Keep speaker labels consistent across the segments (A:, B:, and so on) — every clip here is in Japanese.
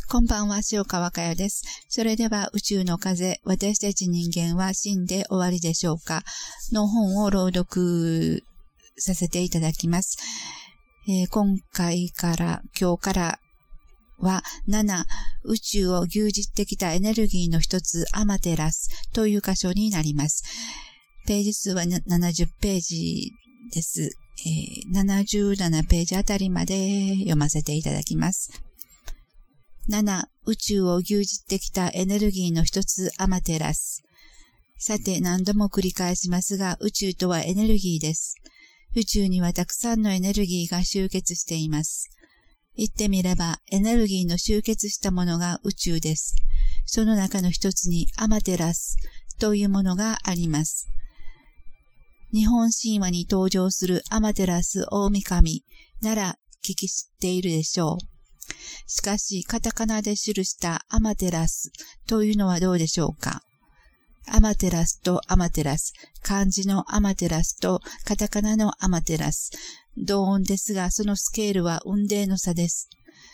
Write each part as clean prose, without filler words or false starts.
A: こんばんは、塩川佳代です。それでは、宇宙の風、私たち人間は死んで終わりでしょうかの本を朗読させていただきます。今日からは7、宇宙を牛耳ってきたエネルギーの一つ、アマテラスという箇所になります。ページ数は70ページです。77ページあたりまで読ませていただきます。7、宇宙を牛耳ってきたエネルギーの一つ、アマテラス。さて、何度も繰り返しますが、宇宙とはエネルギーです。宇宙にはたくさんのエネルギーが集結しています。言ってみれば、エネルギーの集結したものが宇宙です。その中の一つにアマテラスというものがあります。日本神話に登場するアマテラス大神なら聞き知っているでしょう。しかし、カタカナで記したアマテラスというのはどうでしょうか。アマテラスとアマテラス、漢字のアマテラスとカタカナのアマテラス、同音ですが、そのスケールは雲泥の差です。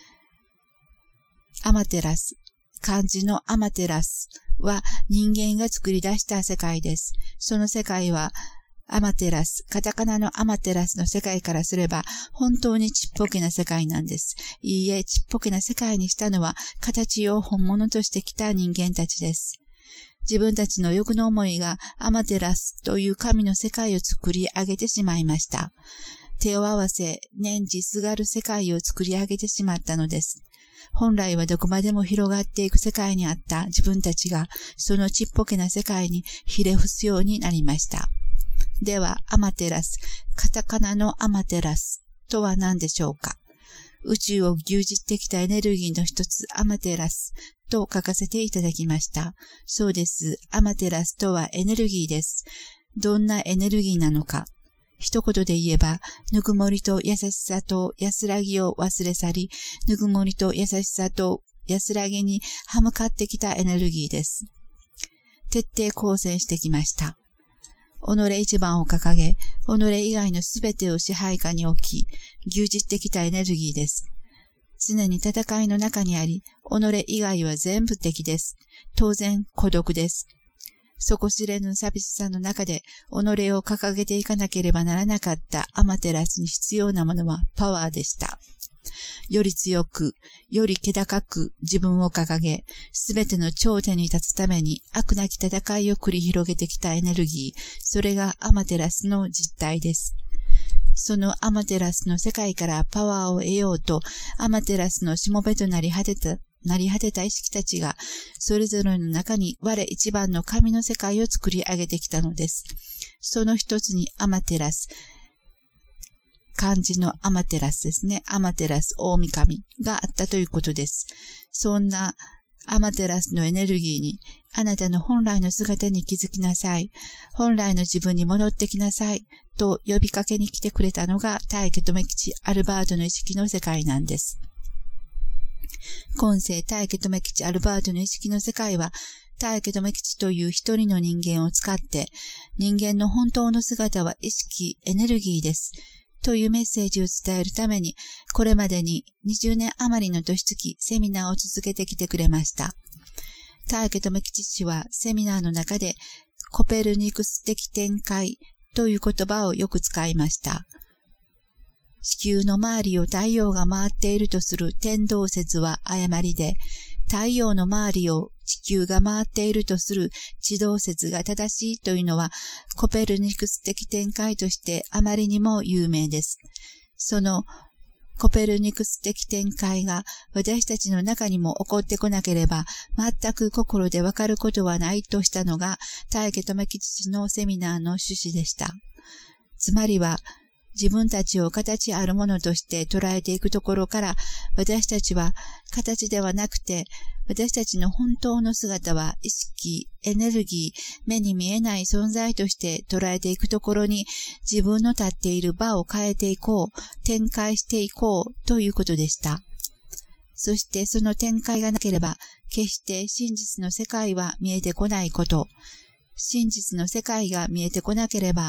A: アマテラス、漢字のアマテラスは人間が作り出した世界です。その世界はアマテラス、カタカナのアマテラスの世界からすれば本当にちっぽけな世界なんです。いいえ、ちっぽけな世界にしたのは形を本物としてきた人間たちです。自分たちの欲の思いがアマテラスという神の世界を作り上げてしまいました。手を合わせ、念じすがる世界を作り上げてしまったのです。本来はどこまでも広がっていく世界にあった自分たちがそのちっぽけな世界にひれ伏すようになりました。では、アマテラス、カタカナのアマテラスとは何でしょうか。宇宙を牛耳ってきたエネルギーの一つ、アマテラスと書かせていただきました。そうです。アマテラスとはエネルギーです。どんなエネルギーなのか。一言で言えば、ぬくもりと優しさと安らぎを忘れ去り、ぬくもりと優しさと安らぎに歯向かってきたエネルギーです。徹底抗戦してきました。己一番を掲げ、己以外のすべてを支配下に置き、牛耳ってきたエネルギーです。常に戦いの中にあり、己以外は全部敵です。当然、孤独です。底知れぬ寂しさの中で、己を掲げていかなければならなかったアマテラスに必要なものはパワーでした。より強く、より気高く自分を掲げ、すべての頂点に立つために悪なき戦いを繰り広げてきたエネルギー、それがアマテラスの実体です。そのアマテラスの世界からパワーを得ようと、アマテラスのしもべとなり果てた意識たちが、それぞれの中に我一番の神の世界を作り上げてきたのです。その一つにアマテラス、漢字のアマテラスですね。アマテラス大神があったということです。そんなアマテラスのエネルギーに、あなたの本来の姿に気づきなさい。本来の自分に戻ってきなさい。と呼びかけに来てくれたのが大家留吉アルバートの意識の世界なんです。今世大家留吉アルバートの意識の世界は、大家留吉という一人の人間を使って、人間の本当の姿は意識、エネルギーです。というメッセージを伝えるために、これまでに20年余りの年月セミナーを続けてきてくれました。大家留吉氏はセミナーの中で、コペルニクス的展開という言葉をよく使いました。地球の周りを太陽が回っているとする天動説は誤りで、太陽の周りを地球が回っているとする地動説が正しいというのはコペルニクス的展開としてあまりにも有名です。そのコペルニクス的展開が私たちの中にも起こってこなければ全く心でわかることはないとしたのが大家留吉氏のセミナーの趣旨でした。つまりは自分たちを形あるものとして捉えていくところから私たちは形ではなくて私たちの本当の姿は意識、エネルギー、目に見えない存在として捉えていくところに自分の立っている場を変えていこう、展開していこうということでした。そしてその展開がなければ決して真実の世界は見えてこないこと。真実の世界が見えてこなければ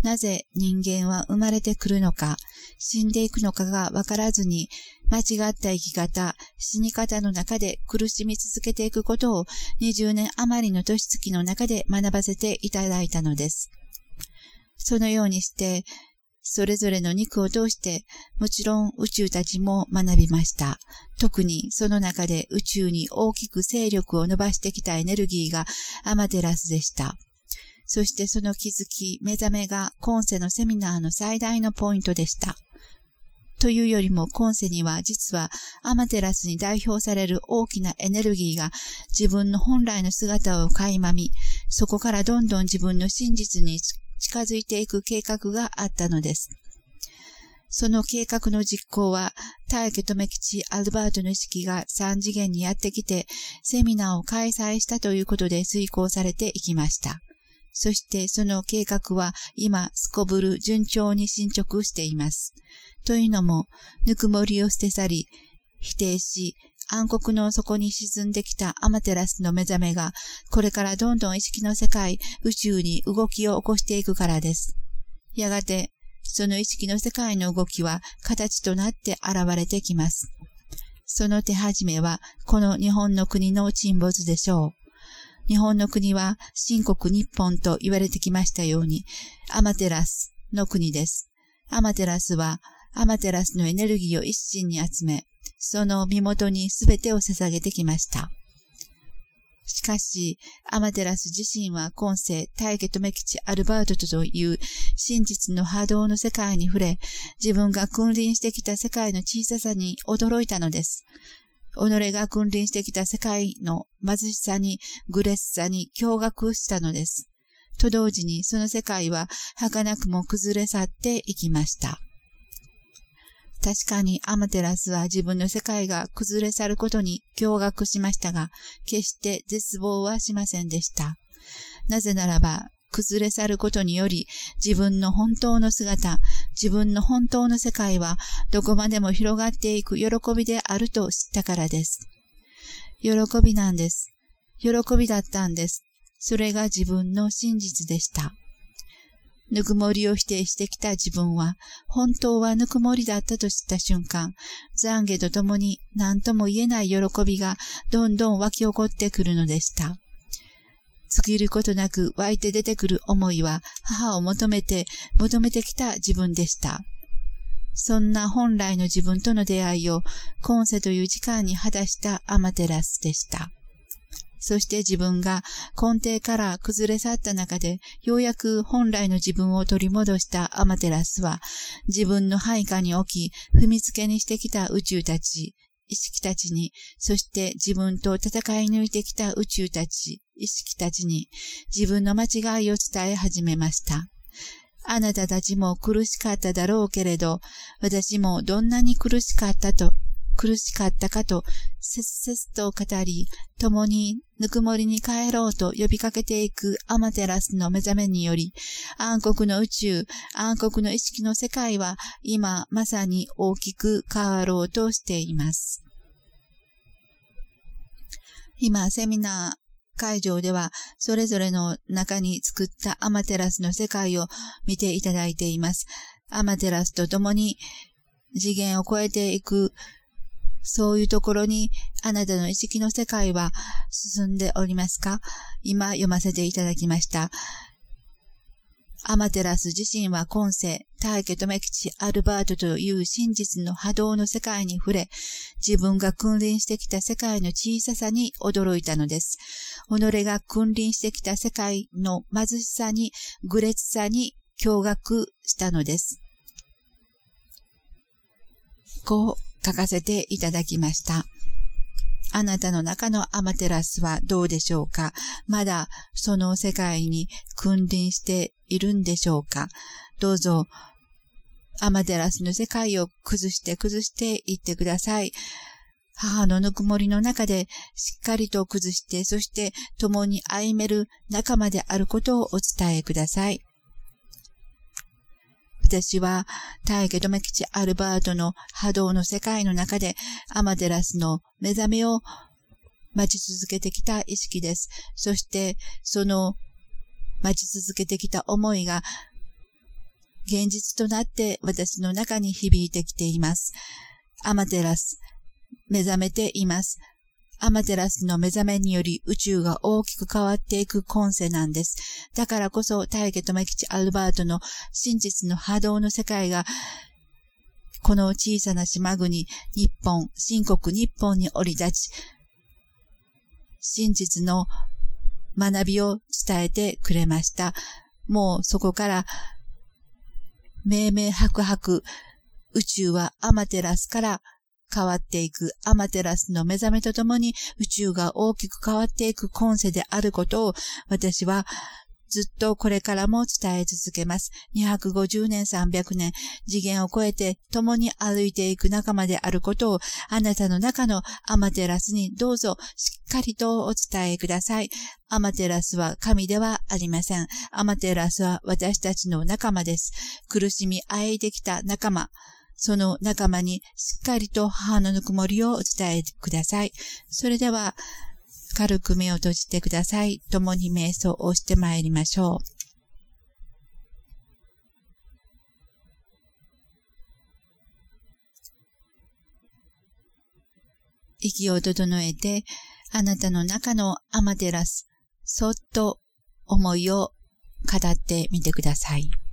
A: なぜ人間は生まれてくるのか、死んでいくのかがわからずに、間違った生き方、死に方の中で苦しみ続けていくことを20年余りの年月の中で学ばせていただいたのです。そのようにして、それぞれの肉を通して、もちろん宇宙たちも学びました。特にその中で宇宙に大きく勢力を伸ばしてきたエネルギーがアマテラスでした。そしてその気づき、目覚めが今世のセミナーの最大のポイントでした。というよりも今世には実はアマテラスに代表される大きなエネルギーが自分の本来の姿を垣間見、そこからどんどん自分の真実に近づいていく計画があったのです。その計画の実行は、大家留吉アルバートの意識が3次元にやってきて、セミナーを開催したということで遂行されていきました。そしてその計画は今、すこぶる順調に進捗しています。というのも、ぬくもりを捨て去り、否定し、暗黒の底に沈んできたアマテラスの目覚めが、これからどんどん意識の世界、宇宙に動きを起こしていくからです。やがて、その意識の世界の動きは形となって現れてきます。その手始めは、この日本の国の沈没でしょう。日本の国は、新国日本と言われてきましたように、アマテラスの国です。アマテラスは、アマテラスのエネルギーを一身に集め、その身元にすべてを捧げてきました。しかし、アマテラス自身は今世、大家留吉アルバートという真実の波動の世界に触れ、自分が君臨してきた世界の小ささに驚いたのです。己が君臨してきた世界の貧しさに、愚劣さに驚愕したのです。と同時にその世界は儚くも崩れ去っていきました。確かにアマテラスは自分の世界が崩れ去ることに驚愕しましたが、決して絶望はしませんでした。なぜならば、崩れ去ることにより、自分の本当の姿、自分の本当の世界はどこまでも広がっていく喜びであると知ったからです。喜びなんです。喜びだったんです。それが自分の真実でした。ぬくもりを否定してきた自分は、本当はぬくもりだったと知った瞬間、懺悔とともに何とも言えない喜びがどんどん湧き起こってくるのでした。尽きることなく湧いて出てくる思いは、母を求めてきた自分でした。そんな本来の自分との出会いを、今世という時間に果たしたアマテラスでした。そして自分が根底から崩れ去った中で、ようやく本来の自分を取り戻したアマテラスは、自分の配下に置き、踏みつけにしてきた宇宙たち、意識たちに、そして自分と戦い抜いてきた宇宙たち、意識たちに、自分の間違いを伝え始めました。あなたたちも苦しかっただろうけれど、私もどんなに苦しかったかと、切々と語り、共にぬくもりに帰ろうと呼びかけていくアマテラスの目覚めにより、暗黒の宇宙、暗黒の意識の世界は今まさに大きく変わろうとしています。今、セミナー会場では、それぞれの中に作ったアマテラスの世界を見ていただいています。アマテラスと共に次元を超えていく、そういうところにあなたの意識の世界は進んでおりますか？今読ませていただきました。アマテラス自身は今世、大家留吉アルバートという真実の波動の世界に触れ、自分が君臨してきた世界の小ささに驚いたのです。己が君臨してきた世界の貧しさに、愚劣さに驚愕したのです。こう書かせていただきました。あなたの中のアマテラスはどうでしょうか？まだその世界に君臨しているんでしょうか？どうぞ、アマテラスの世界を崩していってください。母のぬくもりの中でしっかりと崩して、そして共に歩める仲間であることをお伝えください。私は大家留吉アルバートの波動の世界の中でアマテラスの目覚めを待ち続けてきた意識です。そしてその待ち続けてきた思いが現実となって私の中に響いてきています。アマテラス、目覚めています。アマテラスの目覚めにより宇宙が大きく変わっていく今世なんです。だからこそ大家留吉アルバートの真実の波動の世界がこの小さな島国日本、新国日本に降り立ち、真実の学びを伝えてくれました。もうそこから明々白々宇宙はアマテラスから変わっていく。アマテラスの目覚めとともに宇宙が大きく変わっていく今世であることを私はずっとこれからも伝え続けます。250年、300年、次元を超えて共に歩いていく仲間であることをあなたの中のアマテラスにどうぞしっかりとお伝えください。アマテラスは神ではありません。アマテラスは私たちの仲間です。苦しみあえいできた仲間。その仲間にしっかりと母のぬくもりをお伝えください。それでは、軽く目を閉じてください。共に瞑想をしてまいりましょう。息を整えて、あなたの中のアマテラス、そっと思いを語ってみてください。